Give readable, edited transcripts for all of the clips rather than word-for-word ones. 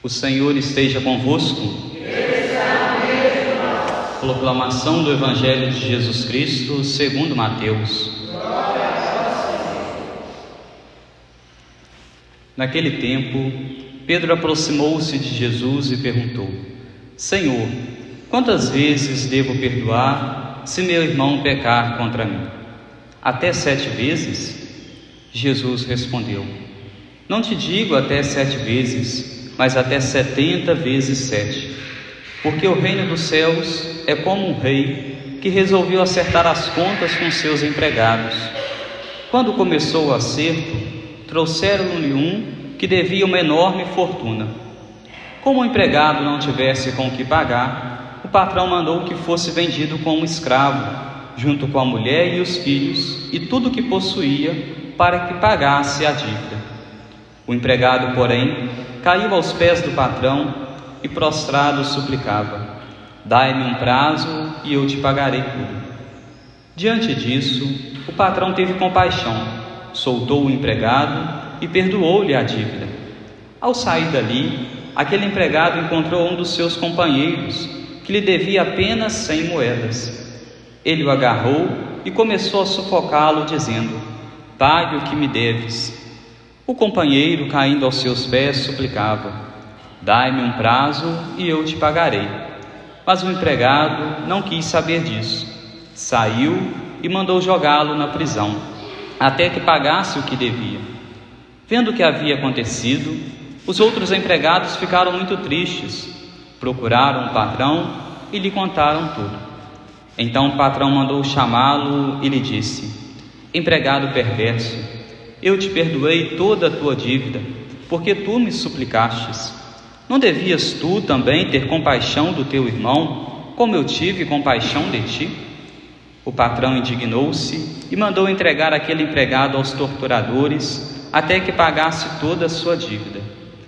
O Senhor esteja convosco. Proclamação do Evangelho de Jesus Cristo segundo Mateus. Naquele tempo, Pedro aproximou-se de Jesus e perguntou: Senhor, quantas vezes devo perdoar se meu irmão pecar contra mim? Até 7 vezes? Jesus respondeu: Não te digo até 7 vezes, mas até 70 vezes 7. Porque o reino dos céus é como um rei que resolveu acertar as contas com seus empregados. Quando começou o acerto, trouxeram-lhe um que devia uma enorme fortuna. Como o empregado não tivesse com o que pagar, o patrão mandou que fosse vendido como escravo, junto com a mulher e os filhos e tudo o que possuía, para que pagasse a dívida. O empregado, porém, caiu aos pés do patrão e prostrado suplicava: Dai-me um prazo e eu te pagarei tudo. Diante disso, o patrão teve compaixão, soltou o empregado e perdoou-lhe a dívida. Ao sair dali, aquele empregado encontrou um dos seus companheiros, que lhe devia apenas 100 moedas. Ele o agarrou e começou a sufocá-lo, dizendo: Pague o que me deves. O companheiro, caindo aos seus pés, suplicava: Dai-me um prazo e eu te pagarei. Mas o empregado não quis saber disso. Saiu e mandou jogá-lo na prisão, até que pagasse o que devia. Vendo o que havia acontecido, os outros empregados ficaram muito tristes. Procuraram o patrão e lhe contaram tudo. Então o patrão mandou chamá-lo e lhe disse: Empregado perverso, eu te perdoei toda a tua dívida, porque tu me suplicastes. Não devias tu também ter compaixão do teu irmão, como eu tive compaixão de ti? O patrão indignou-se e mandou entregar aquele empregado aos torturadores, até que pagasse toda a sua dívida.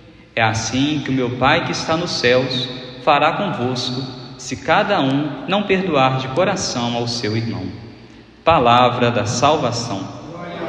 É assim que o meu Pai que está nos céus fará convosco, se cada um não perdoar de coração ao seu irmão. Palavra da salvação.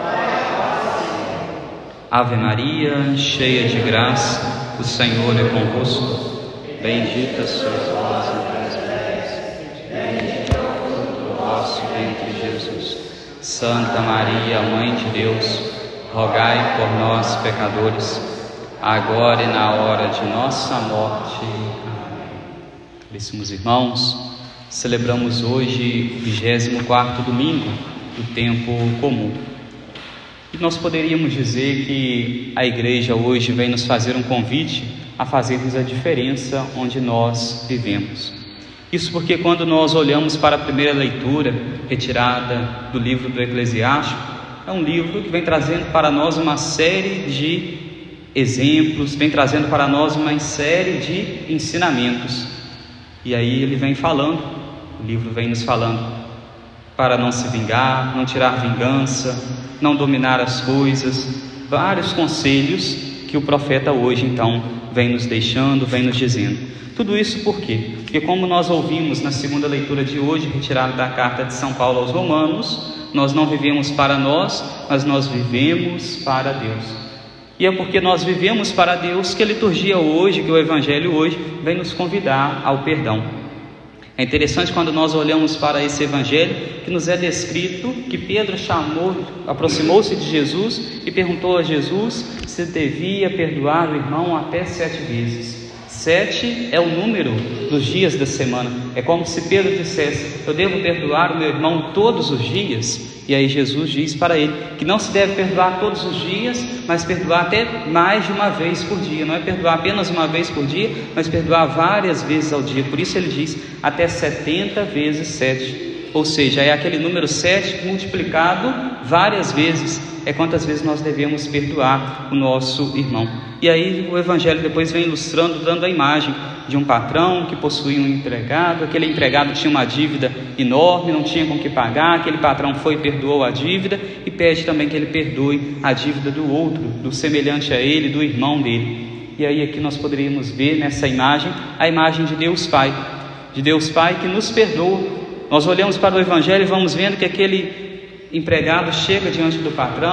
Ave Maria, cheia de graça, o Senhor é convosco. Bendita sois vós entre as mulheres, bendito é o fruto do vosso ventre, Jesus. Santa Maria, Mãe de Deus, rogai por nós, pecadores, agora e na hora de nossa morte. Amém. Caríssimos irmãos, celebramos hoje o 24º domingo do tempo comum. E nós poderíamos dizer que a igreja hoje vem nos fazer um convite a fazermos a diferença onde nós vivemos. Isso porque quando nós olhamos para a primeira leitura retirada do livro do Eclesiástico, é um livro que vem trazendo para nós uma série de exemplos, vem trazendo para nós uma série de ensinamentos. E aí ele vem falando, o livro vem nos falando para não se vingar, não tirar vingança, não dominar as coisas, vários conselhos que o profeta hoje então vem nos deixando, vem nos dizendo. Tudo isso por quê? Porque como nós ouvimos na segunda leitura de hoje, retirada da carta de São Paulo aos Romanos, nós não vivemos para nós, mas nós vivemos para Deus. E é porque nós vivemos para Deus que a liturgia hoje, que o Evangelho hoje, vem nos convidar ao perdão. É interessante quando nós olhamos para esse Evangelho que nos é descrito que Pedro aproximou-se de Jesus e perguntou a Jesus se devia perdoar o irmão até 7 vezes. 7 é o número dos dias da semana. É como se Pedro dissesse: eu devo perdoar o meu irmão todos os dias? E aí Jesus diz para ele que não se deve perdoar todos os dias, mas perdoar até mais de uma vez por dia. Não é perdoar apenas uma vez por dia, mas perdoar várias vezes ao dia. Por isso ele diz até 70 vezes 7. Ou seja, é aquele número 7 multiplicado várias vezes. É quantas vezes nós devemos perdoar o nosso irmão. E aí o Evangelho depois vem ilustrando, dando a imagem de um patrão que possuía um empregado. Aquele empregado tinha uma dívida enorme, não tinha com que pagar. Aquele patrão foi e perdoou a dívida e pede também que ele perdoe a dívida do outro, do semelhante a ele, do irmão dele. E aí aqui nós poderíamos ver nessa imagem a imagem de Deus Pai que nos perdoa. Nós olhamos para o Evangelho e vamos vendo que aquele empregado chega diante do patrão,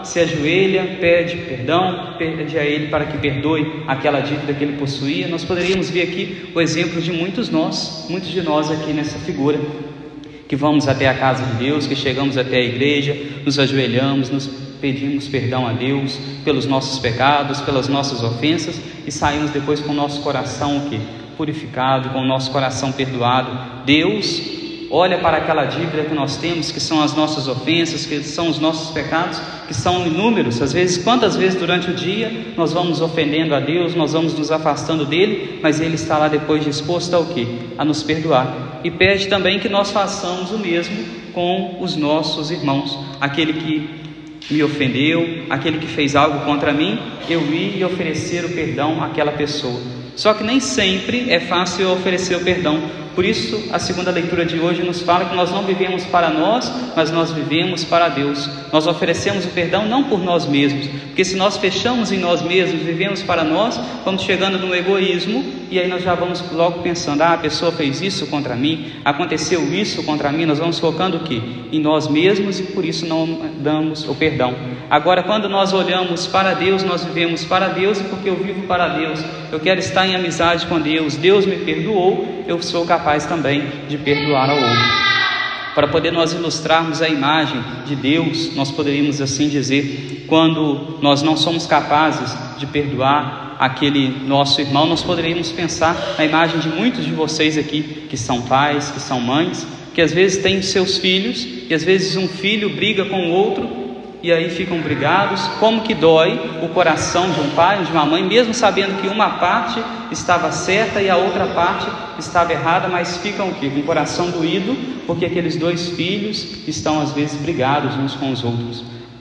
se ajoelha, pede perdão, pede a Ele para que perdoe aquela dívida que ele possuía. Nós poderíamos ver aqui o exemplo de muitos de nós aqui nessa figura, que vamos até a casa de Deus, que chegamos até a igreja, nos ajoelhamos, nos pedimos perdão a Deus pelos nossos pecados, pelas nossas ofensas, e saímos depois com o nosso coração o quê? Purificado, com o nosso coração perdoado. Deus olha para aquela dívida que nós temos, que são as nossas ofensas, que são os nossos pecados, que são inúmeros. Às vezes, quantas vezes durante o dia nós vamos ofendendo a Deus, nós vamos nos afastando dele, mas ele está lá depois disposto ao quê? A nos perdoar. E pede também que nós façamos o mesmo com os nossos irmãos. Aquele que me ofendeu, aquele que fez algo contra mim, eu ir e oferecer o perdão àquela pessoa. Só que nem sempre é fácil oferecer o perdão. Por isso, a segunda leitura de hoje nos fala que nós não vivemos para nós, mas nós vivemos para Deus. Nós oferecemos o perdão não por nós mesmos, porque se nós fechamos em nós mesmos, vivemos para nós, vamos chegando no egoísmo, e aí nós já vamos logo pensando, a pessoa fez isso contra mim, aconteceu isso contra mim. Nós vamos focando o quê? Em nós mesmos, e por isso não damos o perdão. Agora, quando nós olhamos para Deus, nós vivemos para Deus, e porque eu vivo para Deus, eu quero estar em amizade com Deus, Deus me perdoou, eu sou capaz também de perdoar ao outro. Para poder nós ilustrarmos a imagem de Deus, nós poderíamos assim dizer, quando nós não somos capazes de perdoar aquele nosso irmão, nós poderíamos pensar na imagem de muitos de vocês aqui, que são pais, que são mães, que às vezes têm seus filhos, e às vezes um filho briga com o outro, e aí ficam brigados. Como que dói o coração de um pai ou de uma mãe, mesmo sabendo que uma parte estava certa e a outra parte estava errada, mas ficam o quê? Com o coração doído, porque aqueles dois filhos estão às vezes brigados uns com os outros.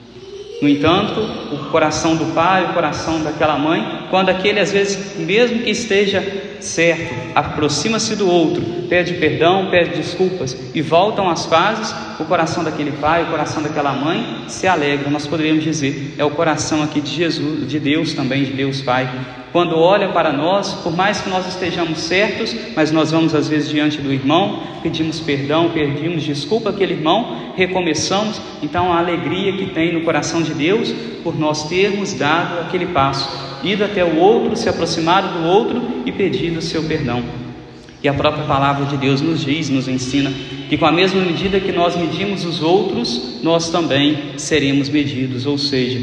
No entanto, o coração do pai, o coração daquela mãe, quando aquele às vezes, mesmo que esteja certo, aproxima-se do outro, pede perdão, pede desculpas e voltam às fases, o coração daquele pai, o coração daquela mãe se alegra. Nós poderíamos dizer, é o coração aqui de Jesus, de Deus também, de Deus Pai. Quando olha para nós, por mais que nós estejamos certos, mas nós vamos às vezes diante do irmão, pedimos perdão, pedimos desculpa àquele irmão, recomeçamos. Então a alegria que tem no coração de Deus por nós termos dado aquele passo, ido até o outro, se aproximado do outro e pedido o seu perdão. E a própria palavra de Deus nos diz, nos ensina, que com a mesma medida que nós medimos os outros, nós também seremos medidos. Ou seja,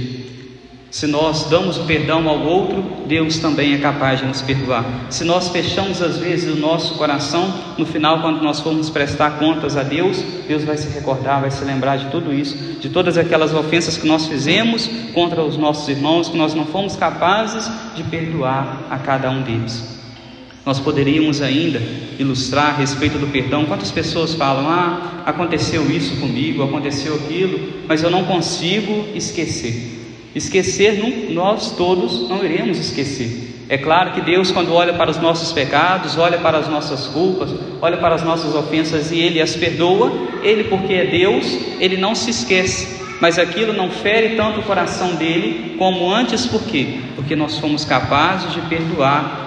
se nós damos o perdão ao outro, Deus também é capaz de nos perdoar. Se nós fechamos às vezes o nosso coração, no final, quando nós formos prestar contas a Deus, Deus vai se recordar, vai se lembrar de tudo isso, de todas aquelas ofensas que nós fizemos contra os nossos irmãos, que nós não fomos capazes de perdoar a cada um deles. Nós poderíamos ainda ilustrar a respeito do perdão. Quantas pessoas falam, aconteceu isso comigo, aconteceu aquilo, mas eu não consigo esquecer. Esquecer, nós todos não iremos esquecer. É claro que Deus, quando olha para os nossos pecados, olha para as nossas culpas, olha para as nossas ofensas e Ele as perdoa. Ele, porque é Deus, Ele não se esquece. Mas aquilo não fere tanto o coração dele como antes. Por quê? Porque nós fomos capazes de perdoar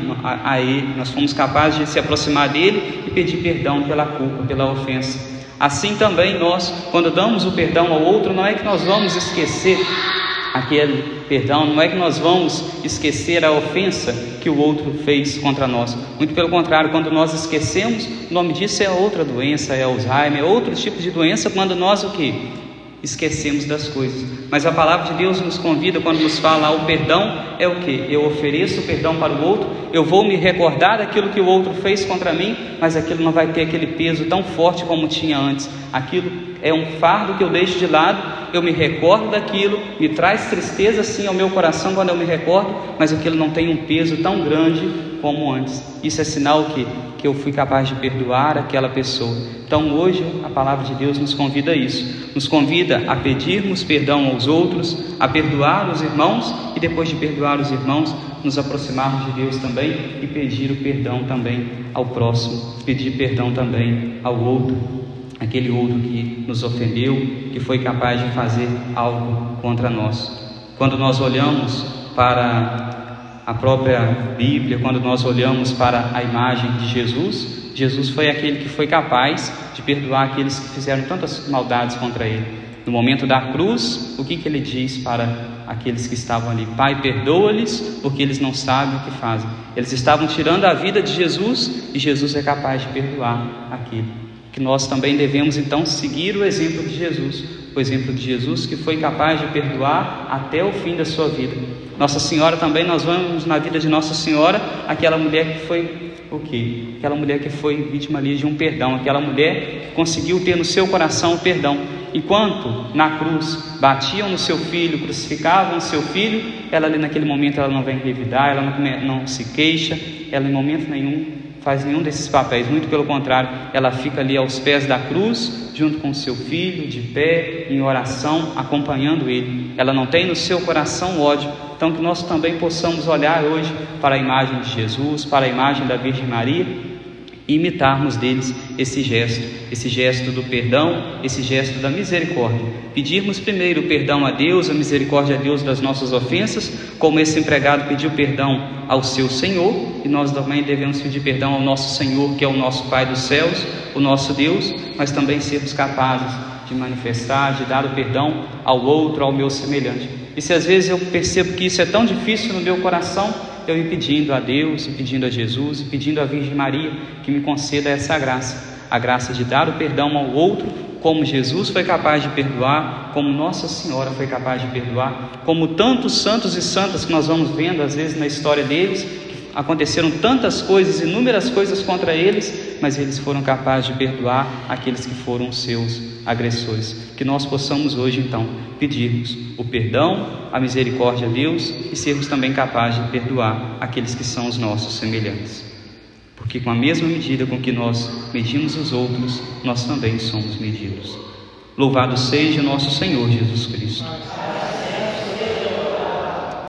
a ele, nós fomos capazes de se aproximar dele e pedir perdão pela culpa, pela ofensa. Assim também nós, quando damos o perdão ao outro, não é que nós vamos esquecer aquele perdão, não é que nós vamos esquecer a ofensa que o outro fez contra nós. Muito pelo contrário, quando nós esquecemos, o nome disso é outra doença, é Alzheimer, é outro tipo de doença, quando nós o quê? Esquecemos das coisas. Mas a palavra de Deus nos convida, quando nos fala o perdão, é o que? Eu ofereço o perdão para o outro, eu vou me recordar daquilo que o outro fez contra mim, mas aquilo não vai ter aquele peso tão forte como tinha antes. Aquilo é um fardo que eu deixo de lado, eu me recordo daquilo, me traz tristeza sim ao meu coração quando eu me recordo, mas aquilo não tem um peso tão grande como antes. Isso é sinal que eu fui capaz de perdoar aquela pessoa. Então hoje a palavra de Deus nos convida a isso, nos convida a pedirmos perdão aos outros, a perdoar os irmãos e depois de perdoar os irmãos, nos aproximarmos de Deus também e pedir o perdão também ao próximo, pedir perdão também ao outro, aquele outro que nos ofendeu, que foi capaz de fazer algo contra nós. Quando nós olhamos para a própria Bíblia, quando nós olhamos para a imagem de Jesus, Jesus foi aquele que foi capaz de perdoar aqueles que fizeram tantas maldades contra ele. No momento da cruz, o que ele diz para aqueles que estavam ali? Pai, perdoa-lhes, porque eles não sabem o que fazem. Eles estavam tirando a vida de Jesus, e Jesus é capaz de perdoar aquilo. Que nós também devemos então seguir o exemplo de Jesus, o exemplo de Jesus que foi capaz de perdoar até o fim da sua vida. Nossa Senhora também, nós vamos na vida de Nossa Senhora, aquela mulher que foi o quê? Aquela mulher que foi vítima ali de um perdão, aquela mulher que conseguiu ter no seu coração o perdão. Enquanto na cruz batiam no seu filho, crucificavam o seu filho, ela ali naquele momento ela não vem revidar, ela não se queixa, ela em momento nenhum faz nenhum desses papéis, muito pelo contrário, ela fica ali aos pés da cruz, junto com o seu filho, de pé, em oração, acompanhando ele. Ela não tem no seu coração ódio. Então que nós também possamos olhar hoje para a imagem de Jesus, para a imagem da Virgem Maria, e imitarmos deles esse gesto do perdão, esse gesto da misericórdia. Pedirmos primeiro perdão a Deus, a misericórdia a Deus das nossas ofensas, como esse empregado pediu perdão ao seu Senhor, e nós também devemos pedir perdão ao nosso Senhor, que é o nosso Pai dos céus, o nosso Deus, mas também sermos capazes de manifestar, de dar o perdão ao outro, ao meu semelhante. E se às vezes eu percebo que isso é tão difícil no meu coração, eu ir pedindo a Deus, e pedindo a Jesus, e pedindo à Virgem Maria que me conceda essa graça, a graça de dar o perdão ao outro, como Jesus foi capaz de perdoar, como Nossa Senhora foi capaz de perdoar, como tantos santos e santas que nós vamos vendo às vezes na história deles, aconteceram tantas coisas, inúmeras coisas contra eles, mas eles foram capazes de perdoar aqueles que foram seus agressores. Que nós possamos hoje então pedirmos o perdão, a misericórdia a Deus, e sermos também capazes de perdoar aqueles que são os nossos semelhantes, porque com a mesma medida com que nós medimos os outros, nós também somos medidos. Louvado seja o nosso Senhor Jesus Cristo.